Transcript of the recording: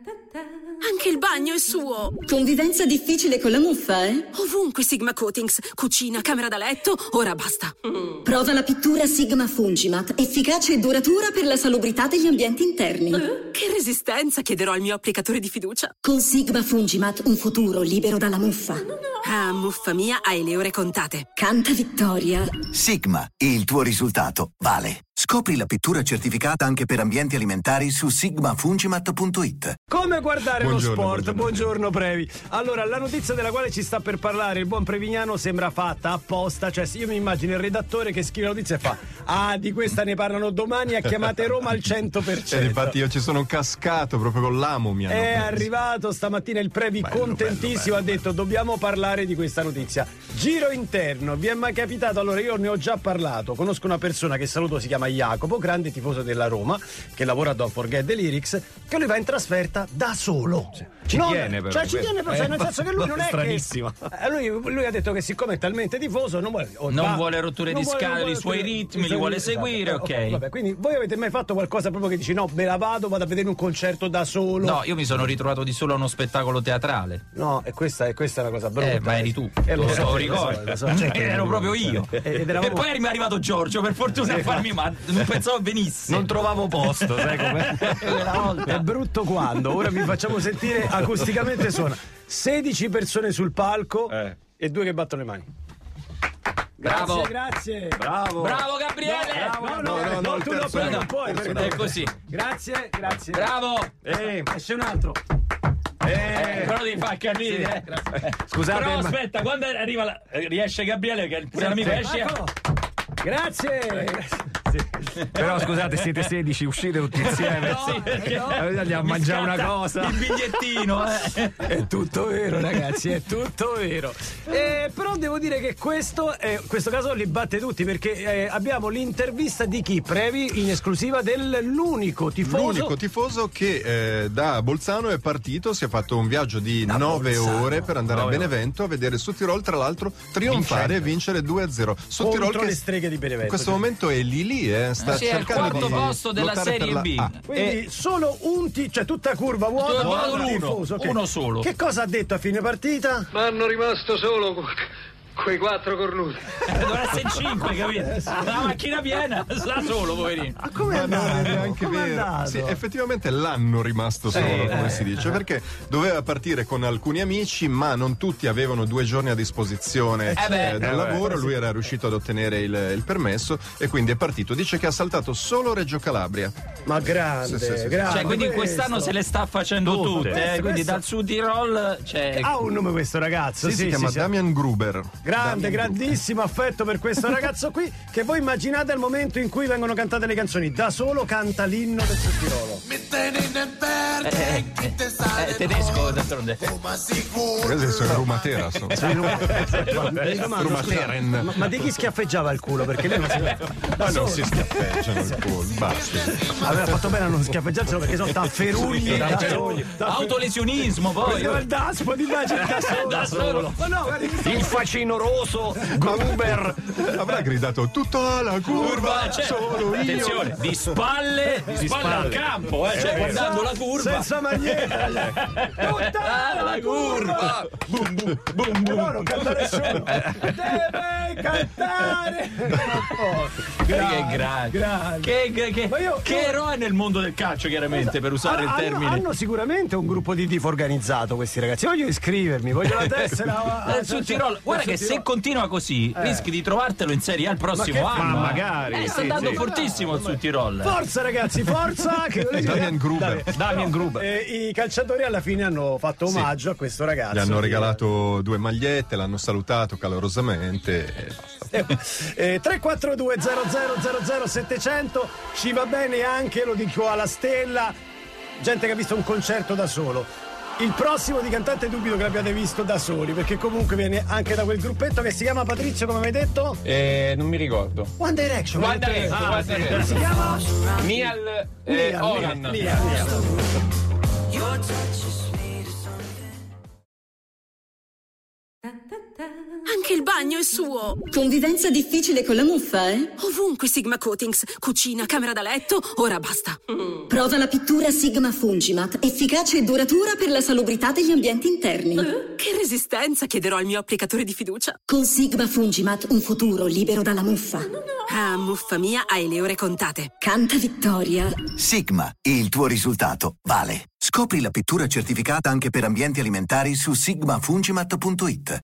Anche il bagno è suo. Convivenza difficile con la muffa, eh? Ovunque Sigma Coatings. Cucina, camera da letto, ora basta. Prova la pittura Sigma Fungimat, efficace e duratura per la salubrità degli ambienti interni. Che resistenza, chiederò al mio applicatore di fiducia. Con Sigma Fungimat un futuro libero dalla muffa. Ah, muffa mia, hai le ore contate. Canta vittoria. Sigma, il tuo risultato vale. Scopri la pittura certificata anche per ambienti alimentari su sigmafungimat.it. Come guardare Buongiorno, lo sport? buongiorno. Buongiorno Previ. Allora, la notizia della quale ci sta per parlare il buon Prevignano sembra fatta apposta. Cioè, io mi immagino il redattore che scrive la notizia e fa: ah, di questa ne parlano domani, a chiamate Roma al 100%. Infatti io ci sono cascato proprio con l'amo. È arrivato stamattina il Previ contentissimo, bello. Ha detto dobbiamo parlare di questa notizia. Giro interno, vi è mai capitato? Allora, io ne ho già parlato, conosco una persona che saluto, si chiama Jacopo, grande tifoso della Roma, che lavora a Don't Forget the Lyrics, che lui va in trasferta da solo. Ci tiene però. Cioè ci tiene però, nel senso che lui non è stranissimo. Che lui ha detto che siccome è talmente tifoso non vuole rotture di scale, i suoi ritmi li vuole seguire, ok. Vabbè, quindi voi avete mai fatto qualcosa proprio che dici no, me la vado a vedere un concerto da solo? No, io mi sono ritrovato di solo a uno spettacolo teatrale. No, e questa è una cosa brutta. Ma eri tu, lo so, ricordo. Ero proprio io. E poi mi è arrivato Giorgio, per fortuna a farmi male. Non pensavo venisse. Non trovavo posto, sai com'è? È brutto quando. Ora vi facciamo sentire acusticamente suona. 16 persone sul palco e 2 che battono le mani. Bravo. Grazie. Bravo Gabriele. No, tu non puoi. È così. Grazie. Bravo. Esce un altro. Però devi fare capire. Scusate. Però aspetta, quando arriva riesce Gabriele, che è pure l'amico, esce. Grazie. Però scusate, siete 16, uscite tutti insieme. Andiamo a mangiare una cosa. Il bigliettino, È tutto vero, ragazzi, è tutto vero. Però devo dire che questo caso li batte tutti, perché abbiamo l'intervista di chi? Previ in esclusiva dell'unico tifoso. L'unico tifoso che da Bolzano è partito, si è fatto un viaggio di 9 ore per andare a Benevento a vedere Südtirol, tra l'altro trionfare e vincere 2-0. Südtirol Contro le streghe di Benevento. In questo momento è lì, sta sì, cercando è il quarto di posto della lottare Serie per B. Quindi solo cioè tutta curva vuota, uno solo. Che cosa ha detto a fine partita? Ma hanno rimasto solo quei 4 cornuti. Dovrà essere 5, capito? La macchina piena, sta solo, poverino. Ma come non è neanche vero. Sì, effettivamente l'anno rimasto solo, come si dice, perché doveva partire con alcuni amici, ma non tutti avevano 2 giorni a disposizione dal lavoro. Lui era riuscito ad ottenere il permesso e quindi è partito. Dice che ha saltato solo Reggio Calabria. Ma grande, grande. Cioè, quindi quest'anno se le sta facendo tutte. Quindi dal Südtirol ha un nome questo ragazzo. Si chiama Damian Gruber. Grandissimo affetto per questo ragazzo qui, che voi immaginate il momento in cui vengono cantate le canzoni. Da solo canta l'inno del Südtirolo. Tedesco, d'altronde. Questi sono Rumatera. Ma di chi schiaffeggiava il culo? Perché lei non si schiaffeggiano il culo, basta. Aveva fatto bene a non schiaffeggiarselo, perché sono tafferugli. Autolesionismo, poi. Il daspo di immagine da solo. Ma no, il facinoroso Gruber avrà gridato tutta la curva, solo io. Attenzione, di spalle al campo, cioè guardando la curva. Senza maglietta. Tutta la curva. Boom boom boom boom. No, non canta nessuno. Deve cantare. Che grande. Che eroe nel mondo del calcio, chiaramente, per usare il termine. Hanno sicuramente un gruppo di tifo organizzato questi ragazzi. Voglio iscrivermi, voglio la tessera. Sul Tirolo. Guarda che se continua così rischi di trovartelo in Serie A il prossimo anno. Ma magari. Sta andando fortissimo il Südtirol. Forza ragazzi, forza. Damian Gruber. I calciatori alla fine hanno fatto omaggio a questo ragazzo. Gli hanno regalato 2 magliette, l'hanno salutato calorosamente e basta. 342 00 700 ci va bene anche, lo dico alla Stella, gente che ha visto un concerto da solo. Il prossimo di cantante dubito che l'abbiate visto da soli, perché comunque viene anche da quel gruppetto che si chiama Patrizio, come mi hai detto? Non mi ricordo. One Direction. Si chiama? Niall Horan. Your touch is sweet as something. Anche il bagno è suo. Convivenza difficile con la muffa, eh? Ovunque Sigma Coatings. Cucina, camera da letto, ora basta. Prova la pittura Sigma Fungimat, efficace e duratura per la salubrità degli ambienti interni. Che resistenza, chiederò al mio applicatore di fiducia. Con Sigma Fungimat un futuro libero dalla muffa. Ah, muffa mia, hai le ore contate. Canta vittoria. Sigma, il tuo risultato vale. Scopri la pittura certificata anche per ambienti alimentari su sigmafungimat.it.